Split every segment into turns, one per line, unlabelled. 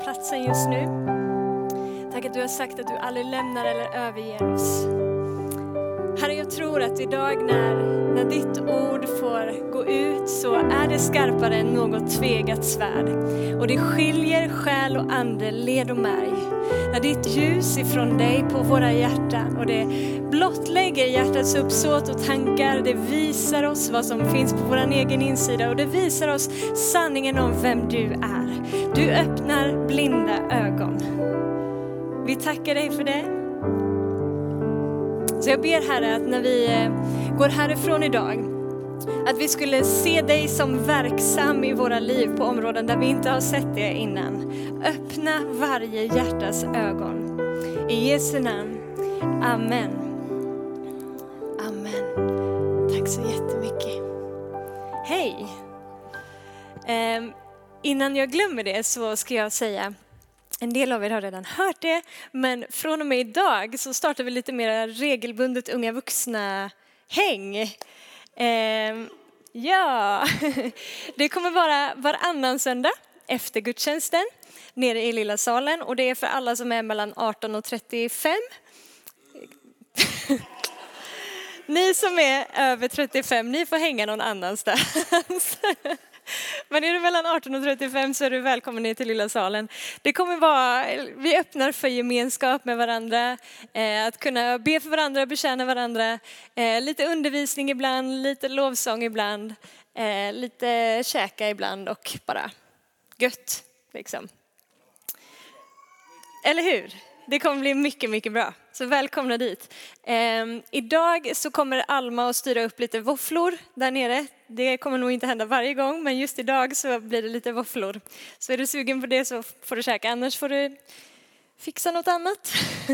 platsen just nu. Tack att du har sagt att du aldrig lämnar eller överger oss. Herre, jag tror att idag när ditt ord får gå ut så är det skarpare än något tvegat svärd. Och det skiljer själ och ande, led och märg. När ditt ljus ifrån dig på våra hjärtan och det blottlägger hjärtats uppsåt och tankar. Det visar oss vad som finns på vår egen insida och det visar oss sanningen om vem du är. Du öppnar blinda ögon. Vi tackar dig för det. Så jag ber Herre att när vi går härifrån idag, att vi skulle se dig som verksam i våra liv på områden där vi inte har sett det innan. Öppna varje hjärtas ögon. I Jesu namn. Amen. Amen. Tack så jättemycket. Hej. Innan jag glömmer det så ska jag säga, en del av er har redan hört det, men från och med idag så startar vi lite mer regelbundet unga vuxna häng. Ja, det kommer vara varannan söndag efter gudstjänsten nere i lilla salen och det är för alla som är mellan 18 och 35. Ni som är över 35, ni får hänga någon annanstans. Men är du mellan 18 och 35 så är du välkommen ner till lilla salen. Det kommer vara, vi öppnar för gemenskap med varandra, att kunna be för varandra, betjäna varandra, lite undervisning ibland, lite lovsång ibland, lite käka ibland och bara gött liksom. Eller hur? Det kommer bli mycket, mycket bra. Så välkomna dit. Idag så kommer Alma att styra upp lite våfflor där nere. Det kommer nog inte hända varje gång, men just idag så blir det lite våfflor. Så är du sugen på det så får du käka, annars får du fixa något annat.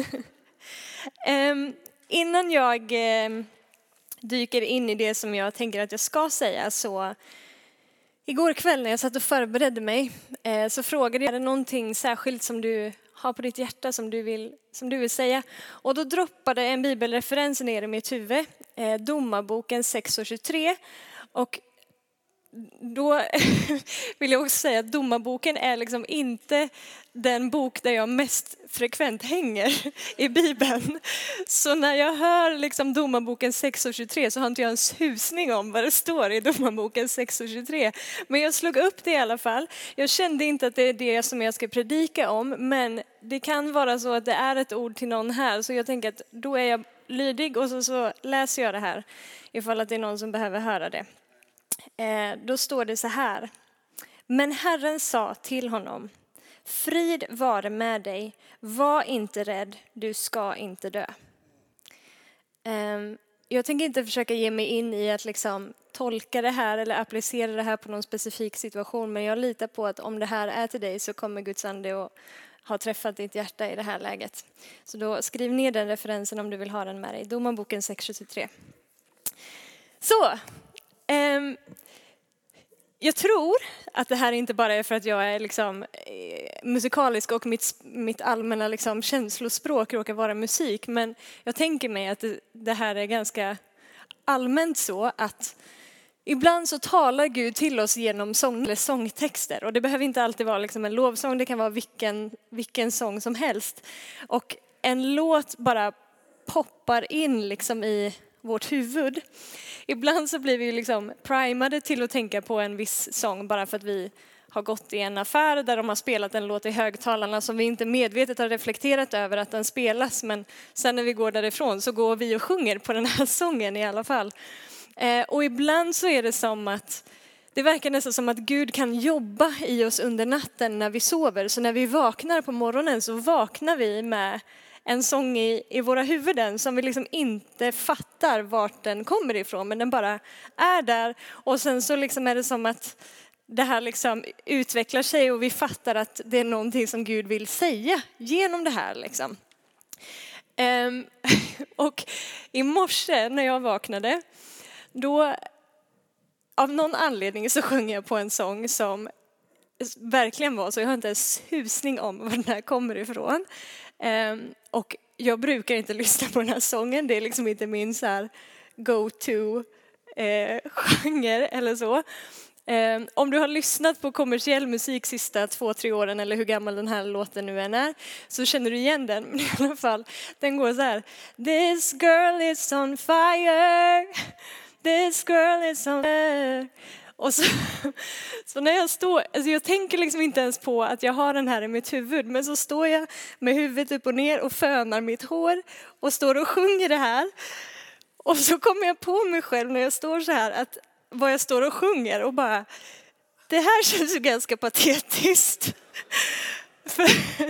Innan jag dyker in i det som jag tänker att jag ska säga så igår kväll när jag satt och förberedde mig så frågade jag, är det någonting särskilt som du har på ditt hjärta som du vill säga? Och då droppade en bibelreferens ner i mitt huvud, Domarboken 6:23. Och då vill jag också säga att Domarboken är liksom inte den bok där jag mest frekvent hänger i Bibeln. Så när jag hör liksom Domarboken 6:23 så har inte jag en susning om vad det står i Domarboken 6:23. Men jag slog upp det i alla fall. Jag kände inte att det är det som jag ska predika om, men det kan vara så att det är ett ord till någon här. Så jag tänker att då är jag lydig och så läser jag det här ifall att det är någon som behöver höra det. Då står det så här. Men Herren sa till honom: frid vare med dig, var inte rädd, du ska inte dö. Jag tänker inte försöka ge mig in i att liksom tolka det här eller applicera det här på någon specifik situation, men jag litar på att om det här är till dig så kommer Guds ande att ha träffat ditt hjärta i det här läget. Så då skriv ner den referensen om du vill ha den med dig. Domarboken 6:23. Så. Jag tror att det här inte bara är för att jag är liksom musikalisk och mitt allmänna liksom känslospråk råkar vara musik. Men jag tänker mig att det här är ganska allmänt så att ibland så talar Gud till oss genom sång eller sångtexter. Och det behöver inte alltid vara liksom en lovsång, det kan vara vilken sång som helst. Och en låt bara poppar in liksom i vårt huvud. Ibland så blir vi liksom primade till att tänka på en viss sång bara för att vi har gått i en affär där de har spelat en låt i högtalarna som vi inte medvetet har reflekterat över att den spelas. Men sen när vi går därifrån så går vi och sjunger på den här sången i alla fall. Och ibland så är det som att det verkar nästan som att Gud kan jobba i oss under natten när vi sover. Så när vi vaknar på morgonen så vaknar vi med en sång i våra huvuden som vi liksom inte fattar vart den kommer ifrån, men den bara är där. Och sen så liksom är det som att det här liksom utvecklar sig och vi fattar att det är någonting som Gud vill säga genom det här liksom. Och i morse när jag vaknade, då av någon anledning så sjöng jag på en sång som verkligen var så. Jag har inte en susning om var den här kommer ifrån. Och jag brukar inte lyssna på den här sången. Det är liksom inte min så här go-to genre eller så. Om du har lyssnat på kommersiell musik sista 2-3 åren eller hur gammal den här låten nu än är, så känner du igen den. Men i alla fall, den går så här. This girl is on fire. This girl is on fire. Och så när jag står, alltså jag tänker liksom inte ens på att jag har den här i mitt huvud, men så står jag med huvudet upp och ner och fönar mitt hår och står och sjunger det här. Och så kommer jag på mig själv när jag står så här att vad jag står och sjunger och bara, det här känns ju ganska patetiskt. För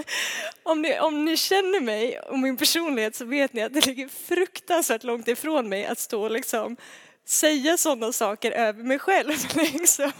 om ni känner mig och min personlighet så vet ni att det ligger fruktansvärt långt ifrån mig att stå och liksom säga sådana saker över mig själv. Liksom.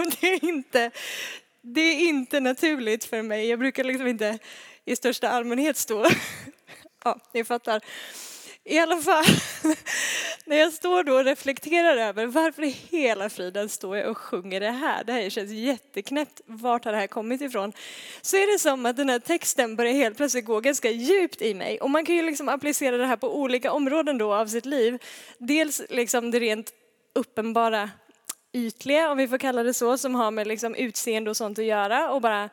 Det är inte naturligt för mig. Jag brukar liksom inte i största allmänhet stå. Ja, ni fattar. I alla fall, när jag står då och reflekterar över varför i hela friden står jag och sjunger det här känns jätteknäppt, vart har det här kommit ifrån? Så är det som att den här texten börjar helt plötsligt gå ganska djupt i mig. Och man kan ju liksom applicera det här på olika områden då av sitt liv. Dels liksom det rent uppenbara ytliga, om vi får kalla det så, som har med liksom utseende och sånt att göra. Och bara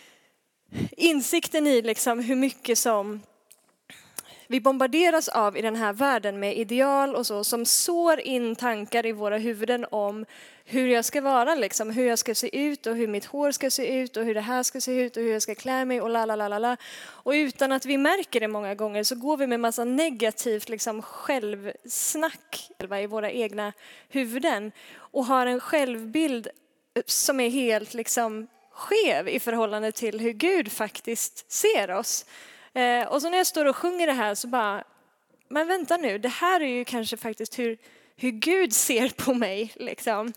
insikten i liksom hur mycket som vi bombarderas av i den här världen med ideal och så, som sår in tankar i våra huvuden om hur jag ska vara, liksom, hur jag ska se ut och hur mitt hår ska se ut och hur det här ska se ut och hur jag ska klä mig och la. Och utan att vi märker det många gånger så går vi med massa negativt liksom, självsnack i våra egna huvuden och har en självbild som är helt liksom, skev i förhållande till hur Gud faktiskt ser oss. Och så när jag står och sjunger det här så bara, men vänta nu, det här är ju kanske faktiskt hur Gud ser på mig. Liksom.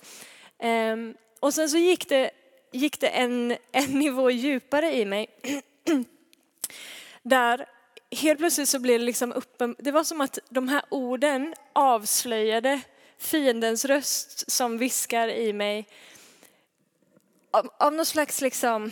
Och sen så gick det en nivå djupare i mig. Där helt plötsligt så blev det liksom det var som att de här orden avslöjade fiendens röst som viskar i mig. Av någon slags liksom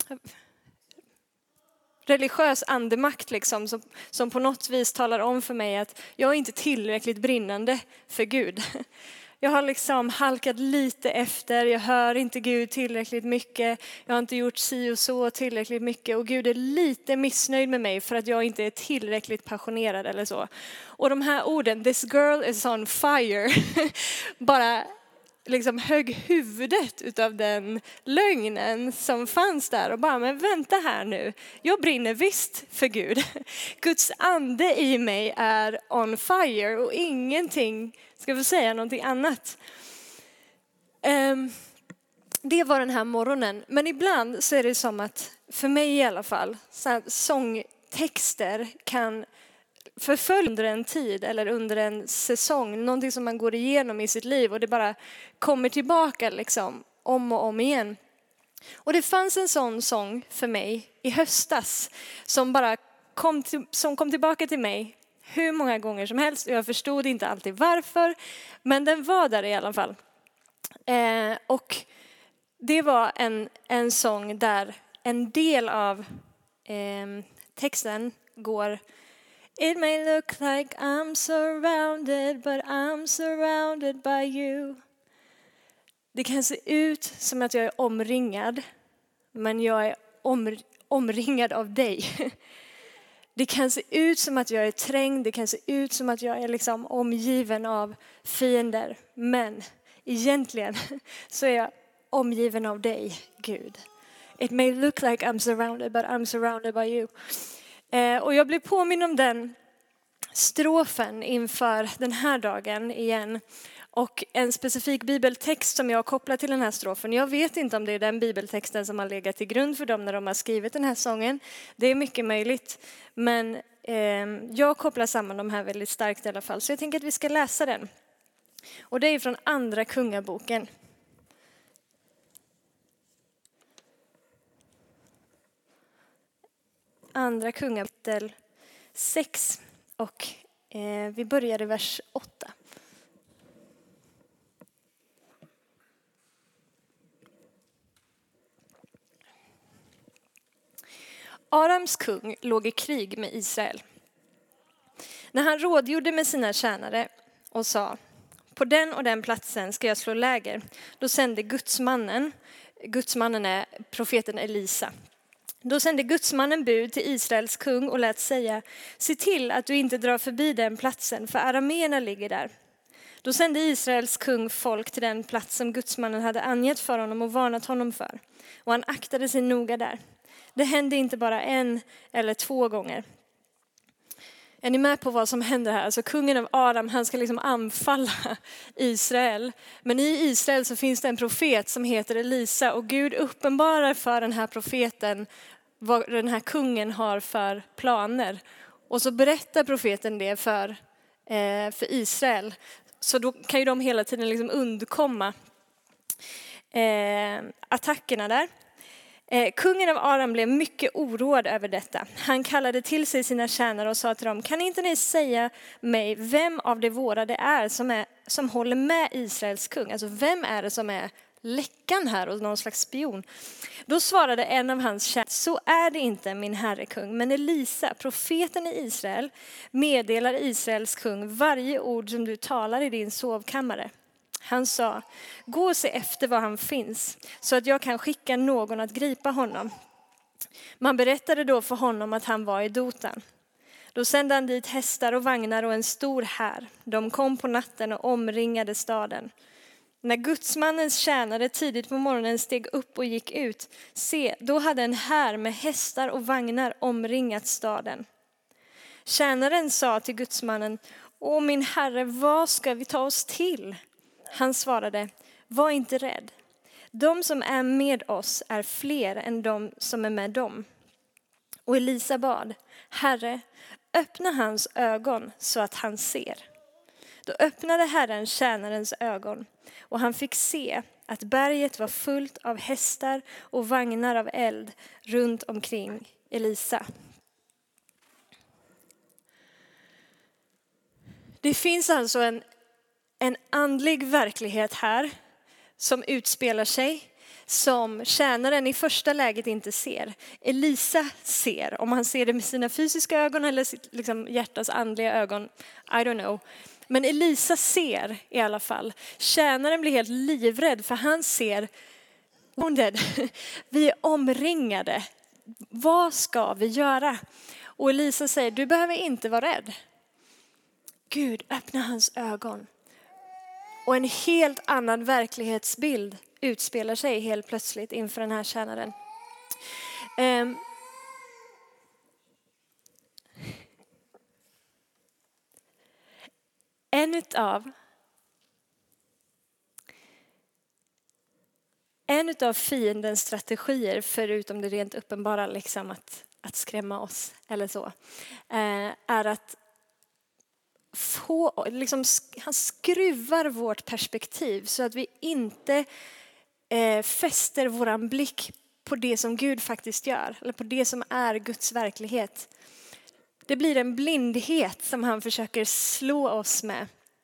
religiös andemakt liksom, som på något vis talar om för mig att jag är inte tillräckligt brinnande för Gud. Jag har liksom halkat lite efter, jag hör inte Gud tillräckligt mycket, jag har inte gjort si och så tillräckligt mycket och Gud är lite missnöjd med mig för att jag inte är tillräckligt passionerad eller så. Och de här orden, this girl is on fire, bara liksom högg huvudet utav den lögnen som fanns där och bara, men vänta här nu, jag brinner visst för Gud. Guds ande i mig är on fire och ingenting ska få säga någonting annat. Det var den här morgonen, men ibland så är det som att, för mig i alla fall, sångtexter kan förfölja under en tid eller under en säsong, någonting som man går igenom i sitt liv och det bara kommer tillbaka liksom om och om igen. Och det fanns en sån sång för mig i höstas som bara kom tillbaka till mig hur många gånger som helst. Jag förstod inte alltid varför, men den var där i alla fall. Och det var en sång där en del av texten går: It may look like I'm surrounded, but I'm surrounded by you. Det kan se ut som att jag är omringad, men jag är omringad av dig. Det kan se ut som att jag är trängd, det kan se ut som att jag är liksom omgiven av fiender. Men egentligen så är jag omgiven av dig, Gud. It may look like I'm surrounded, but I'm surrounded by you. Och jag blev påminn om den strofen inför den här dagen igen. Och en specifik bibeltext som jag har kopplat till den här strofen. Jag vet inte om det är den bibeltexten som har legat till grund för dem när de har skrivit den här sången. Det är mycket möjligt. Men jag kopplar samman de här väldigt starkt i alla fall. Så jag tänker att vi ska läsa den. Och det är från Andra Kungaboken. Andra Kungaboken 6 och vi börjar i vers 8. Arams kung låg i krig med Israel. När han rådgjorde med sina tjänare och sa: På den och den platsen ska jag slå läger. Då sände Gudsmannen är profeten Elisa. Då sände Gudsmannen bud till Israels kung och lät säga: se till att du inte drar förbi den platsen, för arameerna ligger där. Då sände Israels kung folk till den plats som Gudsmannen hade angett för honom och varnat honom för. Och han aktade sig noga där. Det hände inte bara 1 eller 2 gånger. Är ni med på vad som händer här? Alltså kungen av Aram, han ska liksom anfalla Israel. Men i Israel så finns det en profet som heter Elisa. Och Gud uppenbarar för den här profeten vad den här kungen har för planer. Och så berättar profeten det för Israel. Så då kan ju de hela tiden liksom undkomma attackerna där. Kungen av Aram blev mycket oroad över detta. Han kallade till sig sina tjänare och sa till dem: kan inte ni säga mig vem av de våra det är som håller med Israels kung? Alltså vem är det som är läckan här och någon slags spion? Då svarade en av hans tjänare: så är det inte, min herre kung, men Elisa, profeten i Israel, meddelar Israels kung varje ord som du talar i din sovkammare. Han sa: gå och se efter var han finns, så att jag kan skicka någon att gripa honom. Man berättade då för honom att han var i Dotan. Då sände han dit hästar och vagnar och en stor här. De kom på natten och omringade staden. När Gudsmannens tjänare tidigt på morgonen steg upp och gick ut, se, då hade en här med hästar och vagnar omringat staden. Tjänaren sa till Gudsmannen: åh min herre, vad ska vi ta oss till? Han svarade: var inte rädd. De som är med oss är fler än de som är med dem. Och Elisa bad: Herre, öppna hans ögon så att han ser. Då öppnade Herren tjänarens ögon och han fick se att berget var fullt av hästar och vagnar av eld runt omkring Elisa. Det finns alltså en andlig verklighet här som utspelar sig, som tjänaren i första läget inte ser. Elisa ser, om han ser det med sina fysiska ögon eller sitt liksom hjärtas andliga ögon, I don't know. Men Elisa ser i alla fall. Tjänaren blir helt livrädd för han ser, vi är omringade. Vad ska vi göra? Och Elisa säger: du behöver inte vara rädd. Gud öppnar hans ögon. Och en helt annan verklighetsbild utspelar sig helt plötsligt inför den här tjänaren. En utav fiendens strategier, förutom det rent uppenbara liksom att skrämma oss eller så, är att han skruvar vårt perspektiv så att vi inte fäster våran blick på det som Gud faktiskt gör, eller på det som är Guds verklighet. Det blir en blindhet som han försöker slå oss med.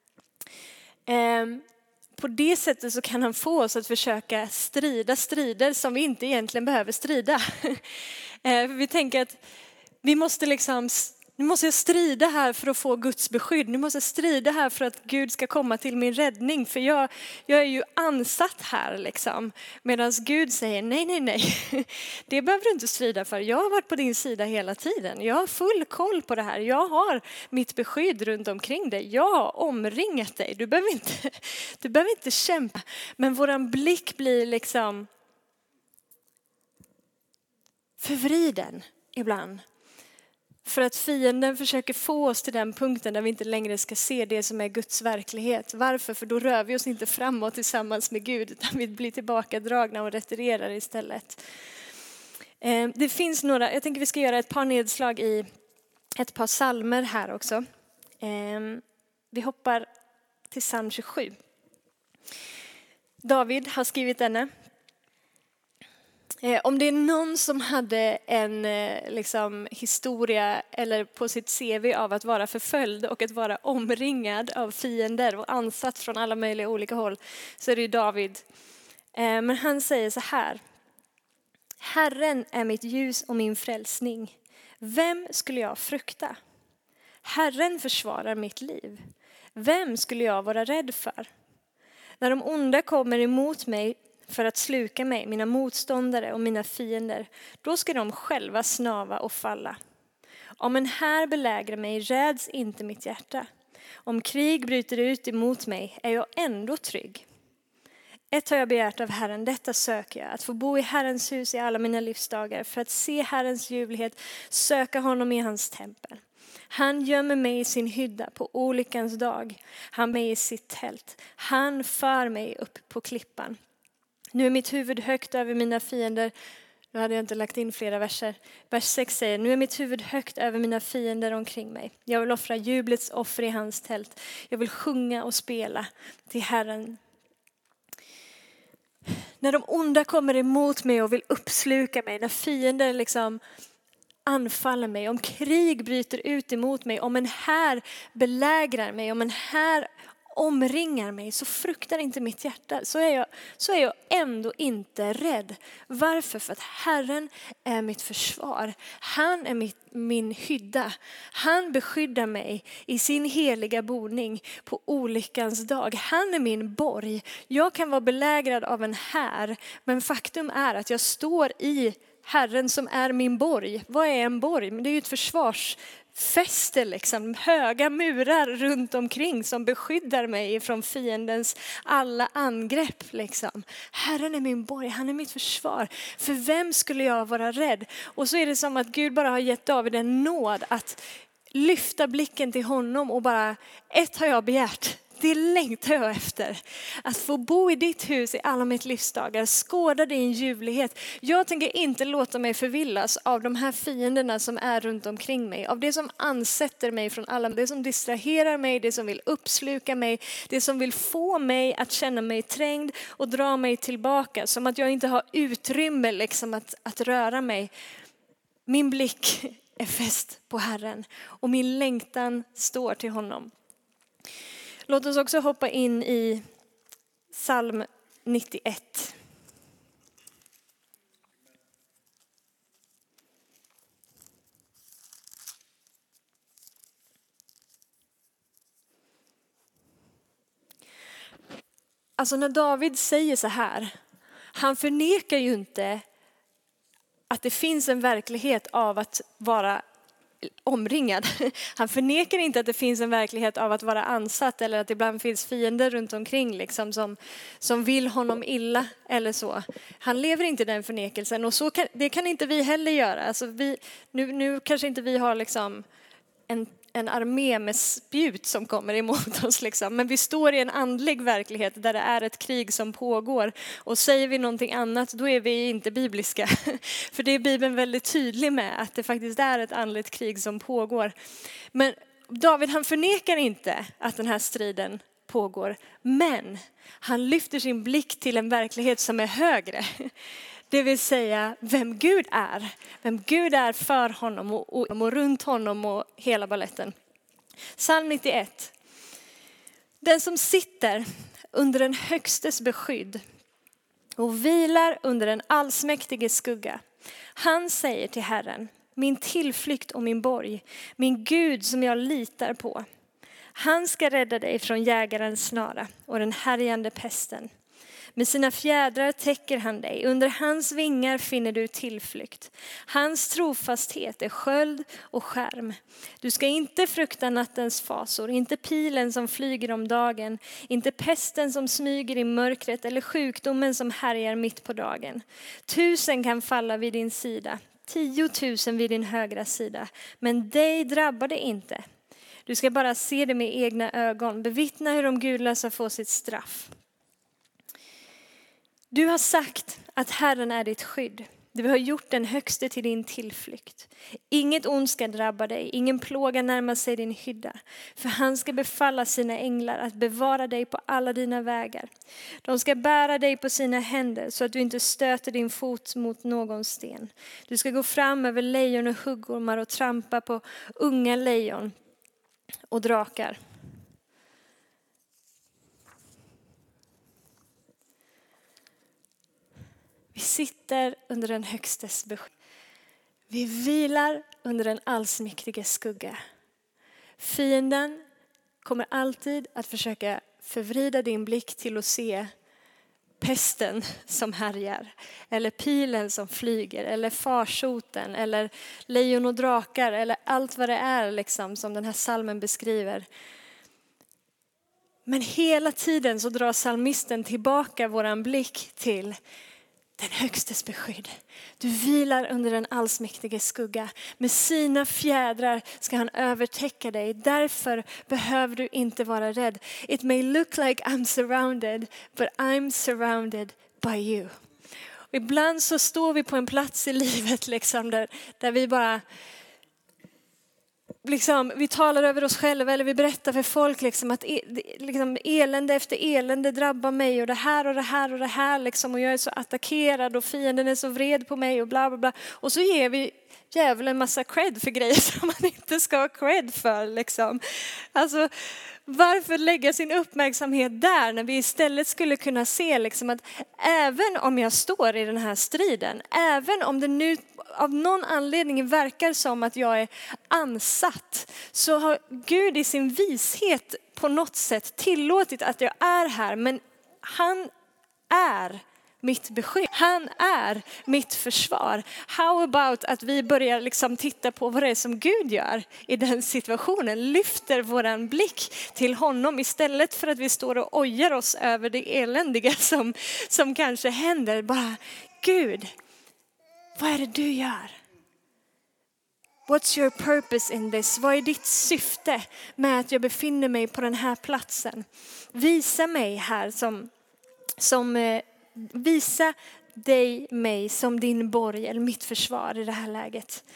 På det sättet så kan han få oss att försöka strida strider som vi inte egentligen behöver strida. Vi tänker att nu måste jag strida här för att få Guds beskydd. Nu måste jag strida här för att Gud ska komma till min räddning. För jag är ju ansatt här liksom. Medan Gud säger nej. Det behöver du inte strida för. Jag har varit på din sida hela tiden. Jag har full koll på det här. Jag har mitt beskydd runt omkring dig. Jag har omringat dig. Du behöver inte kämpa. Men våran blick blir liksom förvriden ibland. För att fienden försöker få oss till den punkten där vi inte längre ska se det som är Guds verklighet. Varför? För då rör vi oss inte framåt tillsammans med Gud, utan vi blir tillbakadragna och retirerar istället. Det finns jag tänker vi ska göra ett par nedslag i ett par psalmer här också. Vi hoppar till psalm 27. David har skrivit denna. Om det är någon som hade en historia eller på sitt CV av att vara förföljd och att vara omringad av fiender och ansatt från alla möjliga olika håll, så är det ju David. Men han säger så här: Herren är mitt ljus och min frälsning. Vem skulle jag frukta? Herren försvarar mitt liv. Vem skulle jag vara rädd för? När de onda kommer emot mig för att sluka mig, mina motståndare och mina fiender, då ska de själva snava och falla. Om en här belägrar mig räds inte mitt hjärta. Om krig bryter ut emot mig är jag ändå trygg. Ett har jag begärt av Herren, detta söker jag, att få bo i Herrens hus i alla mina livsdagar, för att se Herrens ljuvlighet, söka honom i hans tempel. Han gömmer mig i sin hydda på olyckans dag, han mig i sitt tält, han för mig upp på klippan. Nu är mitt huvud högt över mina fiender. Nu hade jag inte lagt in flera verser. Vers 6 säger, nu är mitt huvud högt över mina fiender omkring mig. Jag vill offra jublets offer i hans tält. Jag vill sjunga och spela till Herren. När de onda kommer emot mig och vill uppsluka mig, när fiender liksom anfaller mig, om krig bryter ut emot mig, om en här belägrar mig, om en här omringar mig, så fruktar inte mitt hjärta. Så är jag ändå inte rädd. Varför? För att Herren är mitt försvar. Han är min hydda. Han beskyddar mig i sin heliga boning på olyckans dag. Han är min borg. Jag kan vara belägrad av en här, men faktum är att jag står i Herren som är min borg. Vad är en borg? Men det är ju ett försvarsfäste liksom. Höga murar runt omkring som beskyddar mig från fiendens alla angrepp liksom. Herren är min borg, han är mitt försvar. För vem skulle jag vara rädd? Och så är det som att Gud bara har gett David en nåd att lyfta blicken till honom och bara, ett har jag begärt. Det längtar jag efter. Att få bo i ditt hus i alla mitt livsdagar. Skåda din ljuvlighet. Jag tänker inte låta mig förvillas av de här fienderna som är runt omkring mig. Av det som ansätter mig från alla. Det som distraherar mig. Det som vill uppsluka mig. Det som vill få mig att känna mig trängd och dra mig tillbaka. Som att jag inte har utrymme liksom att röra mig. Min blick är fäst på Herren. Och min längtan står till honom. Låt oss också hoppa in i psalm 91. Alltså när David säger så här, han förnekar ju inte att det finns en verklighet av att vara omringad. Han förnekar inte att det finns en verklighet av att vara ansatt eller att det ibland finns fiender runt omkring liksom, som vill honom illa eller så. Han lever inte i den förnekelsen och det kan inte vi heller göra. Alltså nu kanske inte vi har liksom en armé med spjut som kommer emot oss liksom. Men vi står i en andlig verklighet där det är ett krig som pågår. Och säger vi någonting annat, då är vi inte bibliska. För det är Bibeln väldigt tydlig med, att det faktiskt är ett andligt krig som pågår. Men David, han förnekar inte att den här striden pågår. Men han lyfter sin blick till en verklighet som är högre. Det vill säga vem Gud är. Vem Gud är för honom och runt honom och hela balletten. Psalm 91. Den som sitter under den högstes beskydd och vilar under den allsmäktiges skugga. Han säger till Herren, min tillflykt och min borg, min Gud som jag litar på. Han ska rädda dig från jägarens snara och den härjande pesten. Med sina fjädrar täcker han dig. Under hans vingar finner du tillflykt. Hans trofasthet är sköld och skärm. Du ska inte frukta nattens fasor, inte pilen som flyger om dagen, inte pesten som smyger i mörkret eller sjukdomen som härjar mitt på dagen. 1000 kan falla vid din sida, 10 000 vid din högra sida, men dig drabbar det inte. Du ska bara se det med egna ögon, bevittna hur de gudlösa får sitt straff. Du har sagt att Herren är ditt skydd. Du har gjort den högste till din tillflykt. Inget ont ska drabba dig, ingen plåga närmar sig din hydda. För han ska befalla sina änglar att bevara dig på alla dina vägar. De ska bära dig på sina händer så att du inte stöter din fot mot någon sten. Du ska gå fram över lejon och huggormar och trampa på unga lejon och drakar. Vi sitter under den högstes beskydd. Vi vilar under den allsmäktiges skugga. Fienden kommer alltid att försöka förvrida din blick till att se pesten som härjar, eller pilen som flyger, eller farsoten, eller lejon och drakar, eller allt vad det är liksom, som den här salmen beskriver. Men hela tiden så drar psalmisten tillbaka våran blick till den högstes beskydd. Du vilar under den allsmäktige skugga. Med sina fjädrar ska han övertäcka dig. Därför behöver du inte vara rädd. It may look like I'm surrounded, but I'm surrounded by you. Och ibland så står vi på en plats i livet liksom, där vi bara liksom, vi talar över oss själva eller vi berättar för folk liksom, att liksom, elände efter elände drabbar mig och det här och det här och det här liksom, och jag är så attackerad och fienden är så vred på mig och bla bla bla. Och så ger vi djävulen en massa cred för grejer som man inte ska ha cred för liksom. Alltså, varför lägga sin uppmärksamhet där när vi istället skulle kunna se liksom att även om jag står i den här striden, även om det nu av någon anledning verkar som att jag är ansatt, så har Gud i sin vishet på något sätt tillåtit att jag är här, men han är mitt beskydd. Han är mitt försvar. How about att vi börjar liksom titta på vad det är som Gud gör i den situationen. Lyfter våran blick till honom istället för att vi står och ojar oss över det eländiga som kanske händer. Bara, Gud, vad är det du gör? What's your purpose in this? Vad är ditt syfte med att jag befinner mig på den här platsen? Visa mig här visa dig mig som din borg eller mitt försvar i det här läget.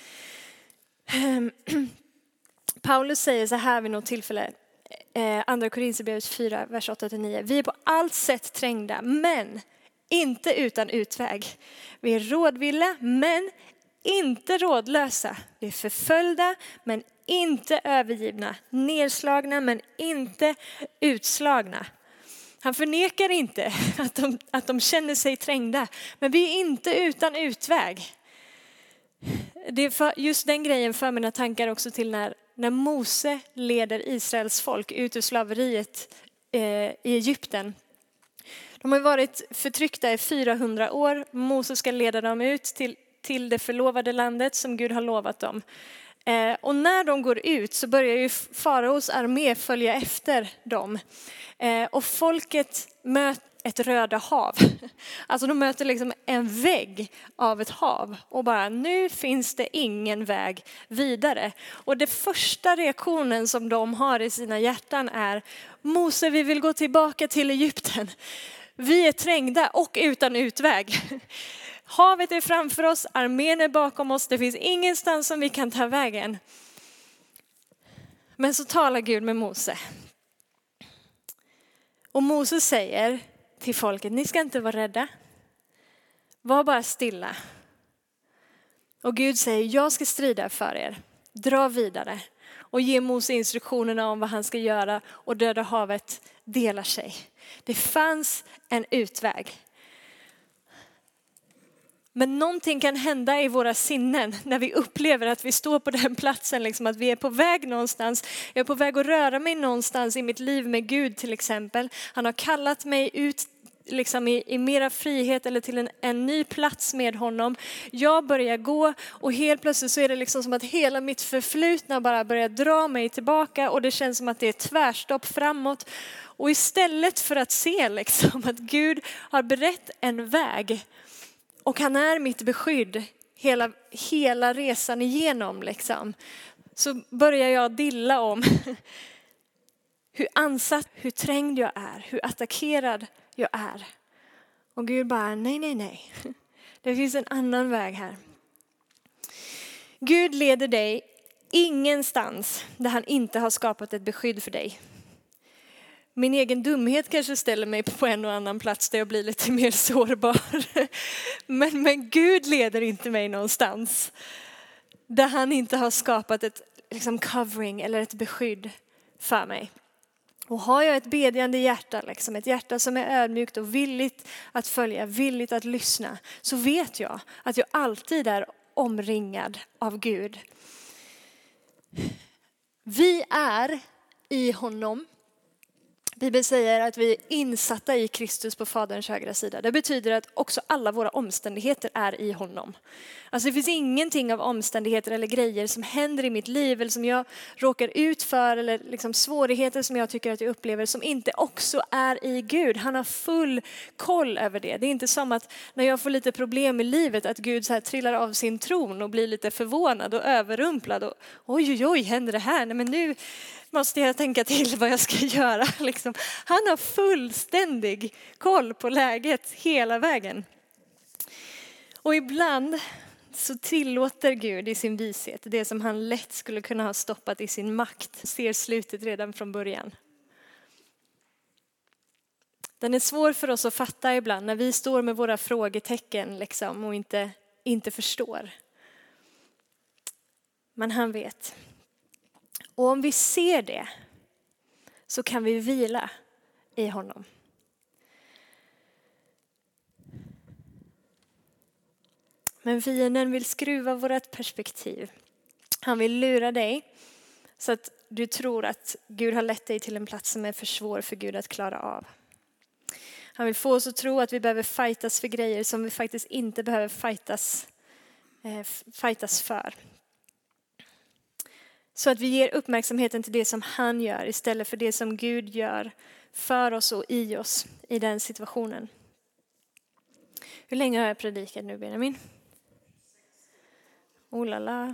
Paulus säger så här vid något tillfälle, andra Korinthierbrevet 4, vers 8-9. Vi är på allt sätt trängda, men inte utan utväg. Vi är rådvilla, men inte rådlösa. Vi är förföljda, men inte övergivna. Nedslagna, men inte utslagna. Han förnekar inte att de känner sig trängda. Men vi är inte utan utväg. Det är just den grejen för mina tankar också till när Mose leder Israels folk ut ur slaveriet i Egypten. De har varit förtryckta i 400 år. Mose ska leda dem ut till det förlovade landet som Gud har lovat dem. Och när de går ut så börjar ju faraos armé följa efter dem. Och folket möter ett röda hav. Alltså de möter liksom en vägg av ett hav. Och bara, nu finns det ingen väg vidare. Och det första reaktionen som de har i sina hjärtan är: Mose, vi vill gå tillbaka till Egypten. Vi är trängda och utan utväg. Havet är framför oss, armén är bakom oss. Det finns ingenstans som vi kan ta vägen. Men så talar Gud med Mose. Och Mose säger till folket: ni ska inte vara rädda. Var bara stilla. Och Gud säger: jag ska strida för er. Dra vidare. Och ge Mose instruktionerna om vad han ska göra. Och Döda havet delar sig. Det fanns en utväg. Men någonting kan hända i våra sinnen när vi upplever att vi står på den platsen, liksom att vi är på väg någonstans. Jag är på väg att röra mig någonstans i mitt liv med Gud till exempel. Han har kallat mig ut liksom i mera frihet eller till en ny plats med honom. Jag börjar gå och helt plötsligt så är det liksom som att hela mitt förflutna bara börjar dra mig tillbaka och det känns som att det är tvärstopp framåt. Och istället för att se liksom att Gud har berett en väg och han är mitt beskydd hela resan igenom liksom, så börjar jag dilla om hur ansatt, hur trängd jag är, hur attackerad jag är. Och Gud bara, nej. Det finns en annan väg här. Gud leder dig ingenstans där han inte har skapat ett beskydd för dig. Min egen dumhet kanske ställer mig på en och annan plats där jag blir lite mer sårbar. Men Gud leder inte mig någonstans där han inte har skapat ett liksom covering eller ett beskydd för mig. Och har jag ett bedjande hjärta, liksom ett hjärta som är ödmjukt och villigt att följa, villigt att lyssna, så vet jag att jag alltid är omringad av Gud. Vi är i honom. Bibeln säger att vi är insatta i Kristus på Faderns högra sida. Det betyder att också alla våra omständigheter är i honom. Alltså det finns ingenting av omständigheter eller grejer som händer i mitt liv eller som jag råkar ut för eller liksom svårigheter som jag tycker att jag upplever som inte också är i Gud. Han har full koll över det. Det är inte som att när jag får lite problem i livet att Gud så här trillar av sin tron och blir lite förvånad och överrumplad och oj, händer det här? Nej, men nu måste jag tänka till vad jag ska göra. Liksom. Han har fullständig koll på läget hela vägen. Och ibland så tillåter Gud i sin vishet det som han lätt skulle kunna ha stoppat i sin makt. Ser slutet redan från början. Den är svår för oss att fatta ibland när vi står med våra frågetecken liksom, och inte förstår. Men han vet. Och om vi ser det så kan vi vila i honom. Men fienden vill skruva vårt perspektiv. Han vill lura dig så att du tror att Gud har lett dig till en plats som är för svår för Gud att klara av. Han vill få oss att tro att vi behöver fightas för grejer som vi faktiskt inte behöver fightas för. Så att vi ger uppmärksamheten till det som han gör istället för det som Gud gör för oss och i oss i den situationen. Hur länge har jag predikat nu, Benjamin? Oh la la.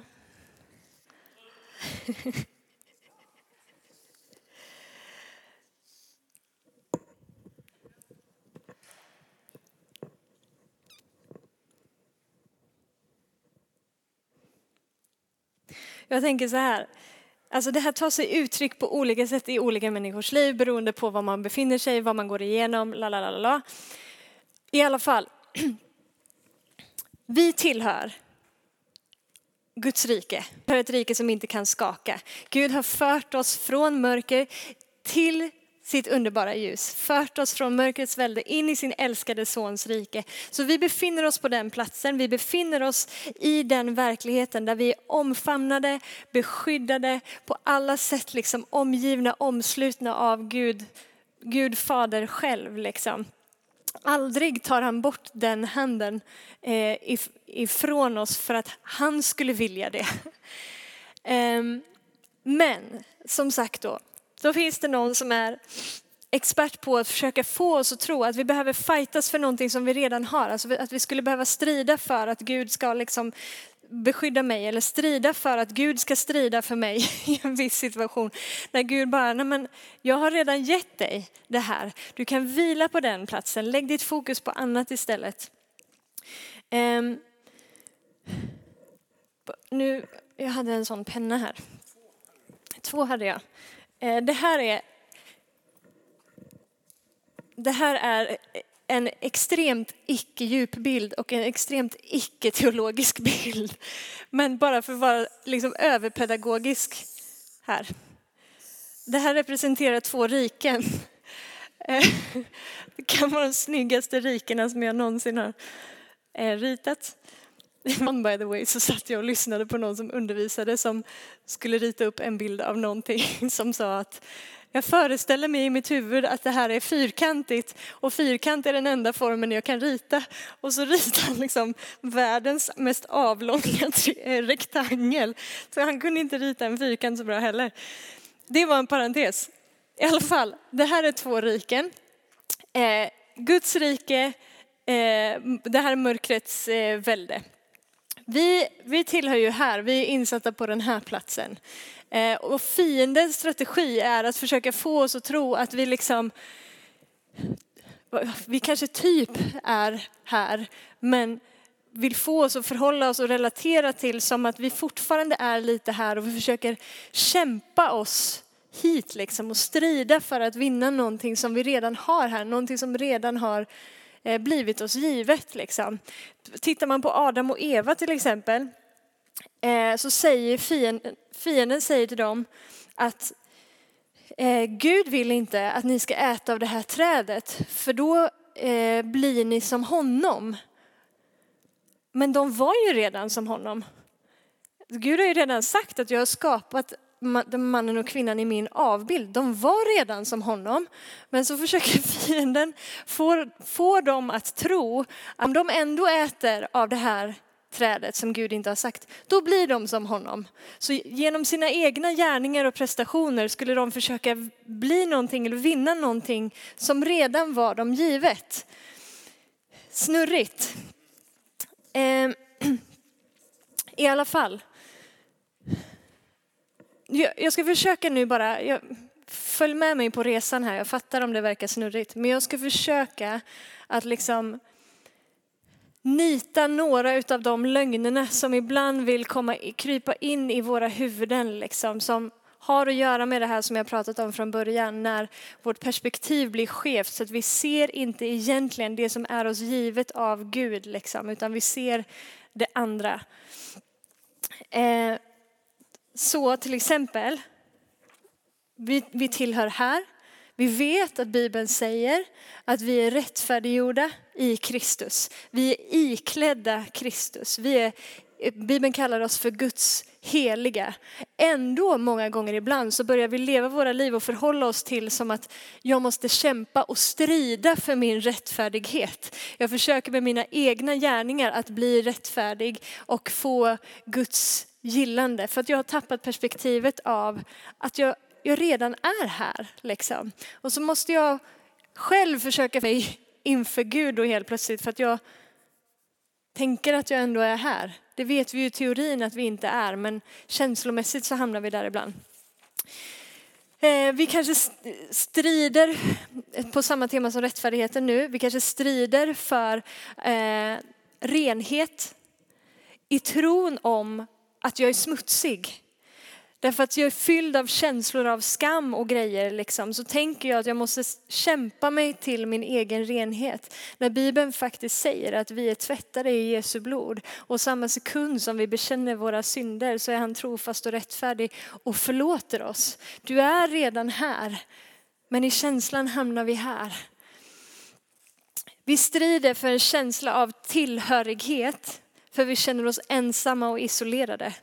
Jag tänker så här. Alltså det här tar sig uttryck på olika sätt i olika människors liv beroende på var man befinner sig, vad man går igenom, la. I alla fall, vi tillhör Guds rike. För ett rike som inte kan skaka. Gud har fört oss från mörker till sitt underbara ljus. Fört oss från mörkrets välde in i sin älskade sons rike. Så vi befinner oss på den platsen. Vi befinner oss i den verkligheten där vi är omfamnade, beskyddade, på alla sätt liksom omgivna, omslutna av Gud fader själv liksom. Aldrig tar han bort den handen ifrån oss för att han skulle vilja det. Men som sagt då finns det någon som är expert på att försöka få oss att tro att vi behöver fightas för någonting som vi redan har. Alltså att vi skulle behöva strida för att Gud ska liksom beskydda mig eller strida för att Gud ska strida för mig i en viss situation. När Gud bara, nej men jag har redan gett dig det här. Du kan vila på den platsen. Lägg ditt fokus på annat istället. Jag hade en sån penna här. 2 hade jag. Det här är en extremt icke-djup bild och en extremt icke-teologisk bild. Men bara för att vara liksom överpedagogisk här. Det här representerar 2 riken. Det kan vara de snyggaste rikena som jag någonsin har ritat. By the way så satt jag och lyssnade på någon som undervisade som skulle rita upp en bild av någonting som sa att jag föreställer mig i mitt huvud att det här är fyrkantigt och fyrkant är den enda formen jag kan rita. Och så ritar han liksom världens mest avlånga rektangel. Så han kunde inte rita en fyrkant så bra heller. Det var en parentes. I alla fall, det här är 2 riken. Guds rike, det här är mörkrets välde. Vi tillhör ju här, vi är insatta på den här platsen. Och fiendens strategi är att försöka få oss att tro att vi kanske typ är här, men vill få oss att förhålla oss och relatera till som att vi fortfarande är lite här och vi försöker kämpa oss hit liksom och strida för att vinna någonting som vi redan har här, någonting som redan har blivit oss givet liksom. Tittar man på Adam och Eva till exempel så säger fienden säger till dem att Gud vill inte att ni ska äta av det här trädet för då blir ni som honom. Men de var ju redan som honom. Gud har ju redan sagt att jag har skapat den mannen och kvinnan i min avbild, de var redan som honom. Men så försöker fienden få dem att tro att om de ändå äter av det här trädet som Gud inte har sagt, då blir de som honom. Så genom sina egna gärningar och prestationer skulle de försöka bli någonting eller vinna någonting som redan var dem givet. Snurrigt. I alla fall. Jag ska försöka nu bara, följ med mig på resan här, jag fattar om det verkar snurrigt. Men jag ska försöka att liksom nita några av de lögnerna som ibland vill krypa in i våra huvuden. Liksom, som har att göra med det här som jag pratat om från början. När vårt perspektiv blir skevt så att vi ser inte egentligen det som är oss givet av Gud. Liksom, utan vi ser det andra. Så till exempel, vi tillhör här. Vi vet att Bibeln säger att vi är rättfärdiggjorda i Kristus. Vi är iklädda Kristus. Bibeln kallar oss för Guds heliga. Ändå många gånger ibland så börjar vi leva våra liv och förhålla oss till som att jag måste kämpa och strida för min rättfärdighet. Jag försöker med mina egna gärningar att bli rättfärdig och få Guds gillande. För att jag har tappat perspektivet av att jag redan är här. Liksom. Och så måste jag själv försöka mig inför Gud och helt plötsligt för att jag tänker att jag ändå är här. Det vet vi ju i teorin att vi inte är, men känslomässigt så hamnar vi där ibland. Vi kanske strider på samma tema som rättfärdigheten nu. Vi kanske strider för renhet i tron om att jag är smutsig. Därför att jag är fylld av känslor av skam och grejer. Liksom, så tänker jag att jag måste kämpa mig till min egen renhet. När Bibeln faktiskt säger att vi är tvättade i Jesu blod. Och samma sekund som vi bekänner våra synder så är han trofast och rättfärdig och förlåter oss. Du är redan här. Men i känslan hamnar vi här. Vi strider för en känsla av tillhörighet. För vi känner oss ensamma och isolerade.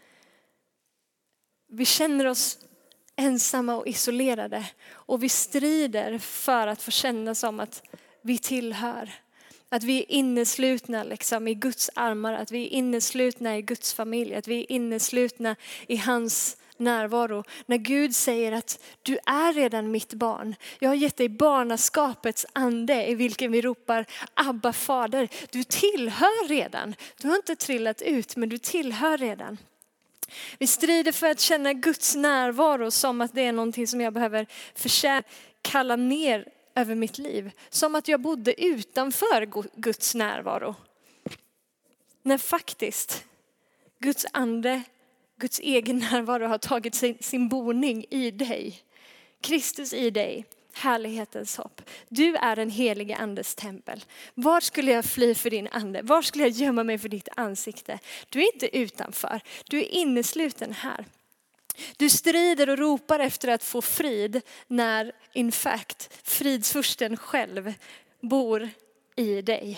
Vi känner oss ensamma och isolerade och vi strider för att få känna som att vi tillhör. Att vi är inneslutna liksom, i Guds armar, att vi är inneslutna i Guds familj, att vi är inneslutna i hans närvaro. När Gud säger att du är redan mitt barn. Jag har gett dig barnaskapets ande i vilken vi ropar Abba fader. Du tillhör redan. Du har inte trillat ut men du tillhör redan. Vi strider för att känna Guds närvaro som att det är någonting som jag behöver kalla ner över mitt liv. Som att jag bodde utanför Guds närvaro. När faktiskt Guds ande, Guds egen närvaro har tagit sin boning i dig. Kristus i dig. Härlighetens hopp. Du är en helig andes tempel. Var skulle jag fly för din ande? Var skulle jag gömma mig för ditt ansikte? Du är inte utanför. Du är innesluten här. Du strider och ropar efter att få frid när in fact fridsfursten själv bor i dig.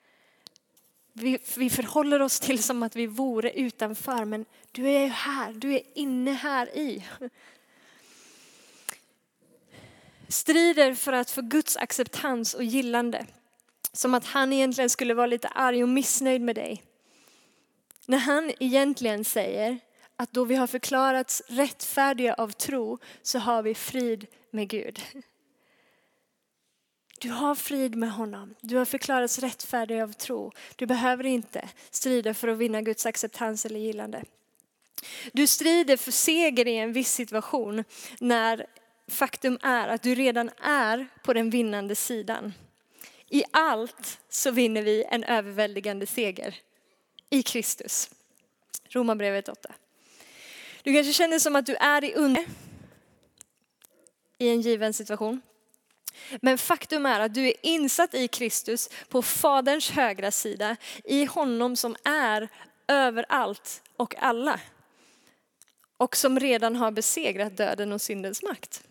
Vi förhåller oss till som att vi vore utanför men du är här. Du är inne här i. Strider för att få Guds acceptans och gillande. Som att han egentligen skulle vara lite arg och missnöjd med dig. När han egentligen säger att då vi har förklarats rättfärdiga av tro så har vi frid med Gud. Du har frid med honom. Du har förklarats rättfärdig av tro. Du behöver inte strida för att vinna Guds acceptans eller gillande. Du strider för seger i en viss situation när faktum är att du redan är på den vinnande sidan. I allt så vinner vi en överväldigande seger i Kristus. Romarbrevet 8. Du kanske känner som att du är i en given situation. Men faktum är att du är insatt i Kristus på Faderns högra sida. I honom som är överallt och alla. Och som redan har besegrat döden och syndens makt.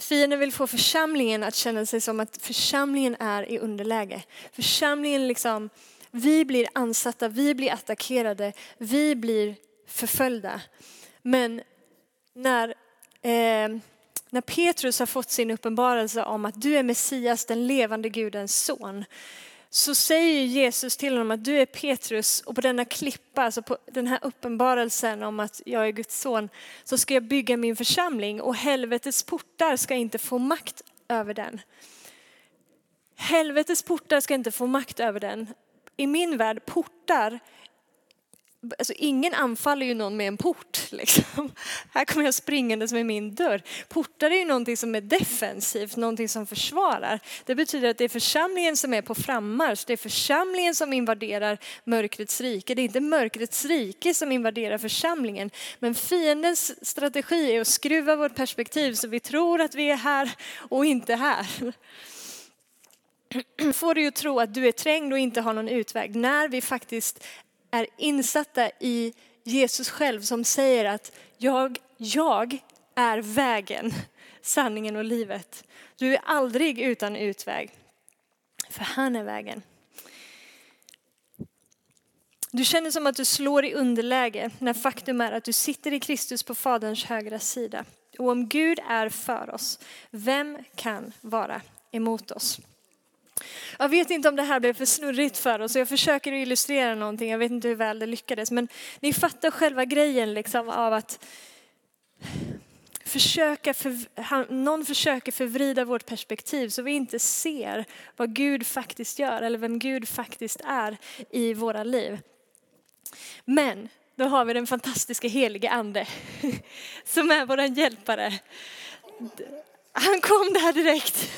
Fienden vill få församlingen att känna sig som att församlingen är i underläge. Församlingen liksom, vi blir ansatta, vi blir attackerade, vi blir förföljda. Men när Petrus har fått sin uppenbarelse om att du är Messias, den levande Gudens son, så säger Jesus till honom att du är Petrus och på denna klippa, alltså på den här uppenbarelsen om att jag är Guds son, så ska jag bygga min församling och helvetets portar ska inte få makt över den. Helvetets portar ska inte få makt över den. I min värld, portar, alltså ingen anfaller ju någon med en port. Liksom. Här kommer jag springandes med min dörr. Portar är ju någonting som är defensivt, någonting som försvarar. Det betyder att det är församlingen som är på frammarsch. Det är församlingen som invaderar mörkrets rike. Det är inte mörkrets rike som invaderar församlingen. Men fiendens strategi är att skruva vårt perspektiv så vi tror att vi är här och inte här. Får du ju tro att du är trängd och inte har någon utväg när vi faktiskt är insatta i Jesus själv som säger att jag är vägen, sanningen och livet. Du är aldrig utan utväg, för han är vägen. Du känner som att du slår i underläge när faktum är att du sitter i Kristus på Faderns högra sida. Och om Gud är för oss, vem kan vara emot oss? Jag vet inte om det här blev för snurrigt för oss. Jag försöker illustrera någonting. Jag vet inte hur väl det lyckades. Men ni fattar själva grejen liksom, av att någon försöker förvrida vårt perspektiv så vi inte ser vad Gud faktiskt gör. Eller vem Gud faktiskt är i våra liv. Men då har vi den fantastiska helige ande som är våran hjälpare. Han kom där direkt.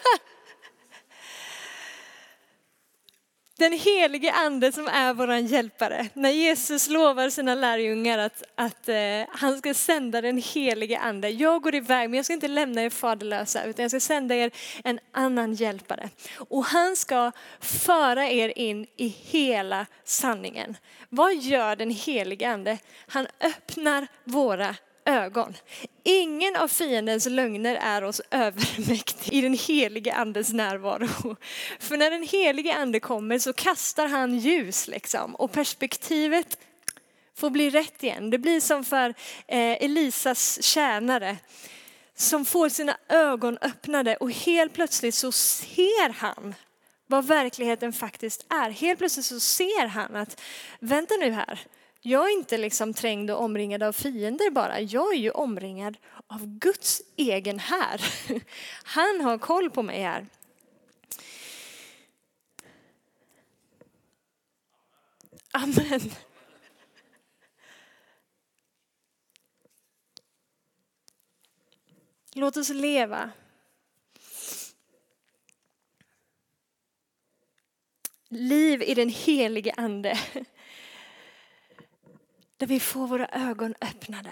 Den helige ande som är våran hjälpare. När Jesus lovar sina lärjungar att han ska sända den helige ande. Jag går iväg men jag ska inte lämna er faderlösa utan jag ska sända er en annan hjälpare. Och han ska föra er in i hela sanningen. Vad gör den helige ande? Han öppnar våra ögon. Ingen av fiendens lögner är oss övermäktig i den helige andes närvaro. För när den helige ande kommer så kastar han ljus liksom. Och perspektivet får bli rätt igen. Det blir som för Elisas tjänare som får sina ögon öppnade och helt plötsligt så ser han vad verkligheten faktiskt är. Helt plötsligt så ser han att vänta nu här. Jag är inte liksom trängd och omringad av fiender bara. Jag är ju omringad av Guds egen här. Han har koll på mig här. Amen. Låt oss leva. Liv i den helige ande. Där vi får våra ögon öppnade.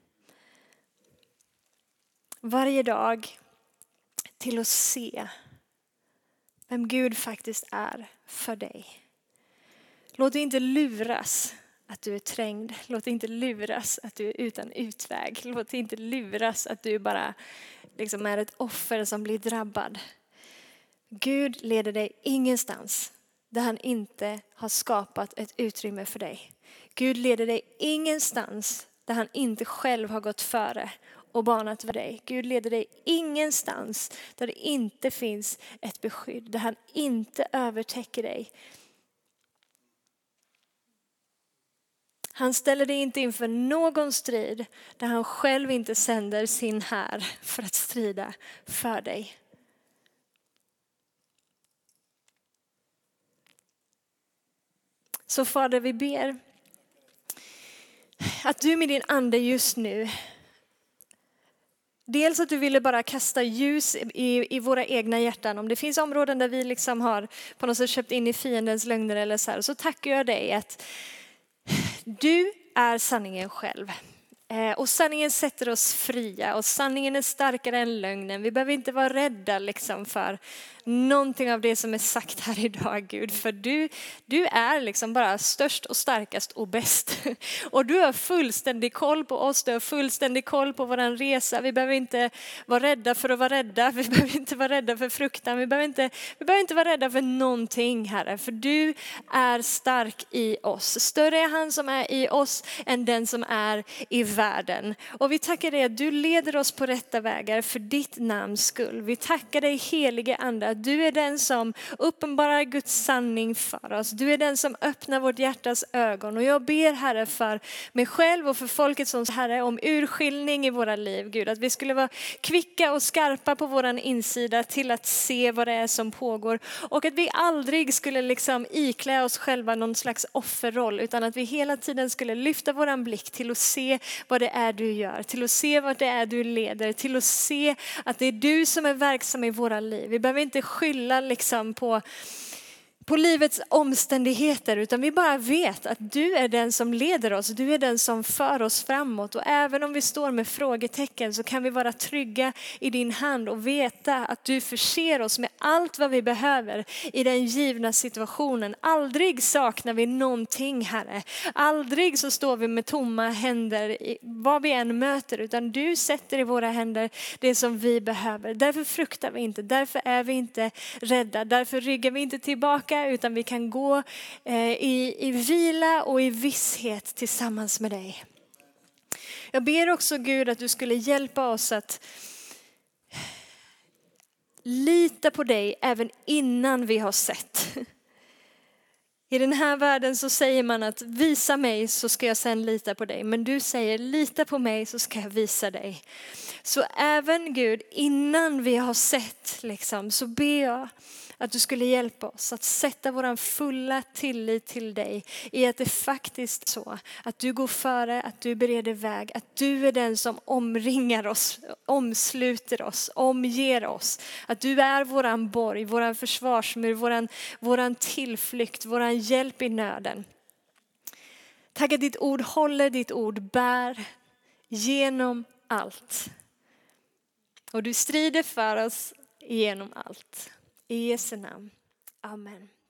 Varje dag till att se vem Gud faktiskt är för dig. Låt dig inte luras att du är trängd. Låt dig inte luras att du är utan utväg. Låt dig inte luras att du bara liksom är ett offer som blir drabbad. Gud leder dig ingenstans där han inte har skapat ett utrymme för dig. Gud leder dig ingenstans där han inte själv har gått före och banat för dig. Gud leder dig ingenstans där det inte finns ett beskydd, där han inte övertäcker dig. Han ställer dig inte inför någon strid där han själv inte sänder sin här för att strida för dig. Så Fader, vi ber att du med din ande just nu, dels att du ville bara kasta ljus i våra egna hjärtan. Om det finns områden där vi liksom har på något sätt köpt in i fiendens lögner eller så här, så tackar jag dig att du är sanningen själv. Och sanningen sätter oss fria och sanningen är starkare än lögnen. Vi behöver inte vara rädda liksom för någonting av det som är sagt här idag, Gud. För du är liksom bara störst och starkast och bäst. Och du har fullständig koll på oss, du har fullständig koll på våran resa. Vi behöver inte vara rädda för att vara rädda. Vi behöver inte vara rädda för fruktan. Vi behöver inte vara rädda för någonting, Herre. För du är stark i oss. Större är han som är i oss än den som är i världen. Och vi tackar dig att du leder oss på rätta vägar för ditt namns skull. Vi tackar dig, helige Ande, att du är den som uppenbarar Guds sanning för oss. Du är den som öppnar vårt hjärtas ögon. Och jag ber, Herre, för mig själv och för folket som Herre om urskiljning i våra liv, Gud. Att vi skulle vara kvicka och skarpa på våran insida till att se vad det är som pågår. Och att vi aldrig skulle liksom iklä oss själva någon slags offerroll, utan att vi hela tiden skulle lyfta våran blick till att se vad det är du gör, till att se vad det är du leder, till att se att det är du som är verksam i våra liv. Vi behöver inte skylla liksom på livets omständigheter, utan vi bara vet att du är den som leder oss, du är den som för oss framåt. Och även om vi står med frågetecken så kan vi vara trygga i din hand och veta att du förser oss med allt vad vi behöver i den givna situationen. Aldrig saknar vi någonting, Herre. Aldrig så står vi med tomma händer vad vi än möter, utan du sätter i våra händer det som vi behöver. Därför fruktar vi inte, därför är vi inte rädda, därför ryggar vi inte tillbaka, utan vi kan gå i vila och i visshet tillsammans med dig. Jag ber också, Gud, att du skulle hjälpa oss att lita på dig även innan vi har sett. I den här världen så säger man att visa mig så ska jag sen lita på dig. Men du säger lita på mig så ska jag visa dig. Så även, Gud, innan vi har sett liksom, så ber jag att du skulle hjälpa oss att sätta våran fulla tillit till dig i att det faktiskt är så att du går före, att du bereder väg, att du är den som omringar oss, omsluter oss, omger oss. Att du är våran borg, våran försvarsmur, våran tillflykt, våran hjälp i nöden. Tack att ditt ord håller, ditt ord bär genom allt. Och du strider för oss genom allt. I Jesu namn. Amen.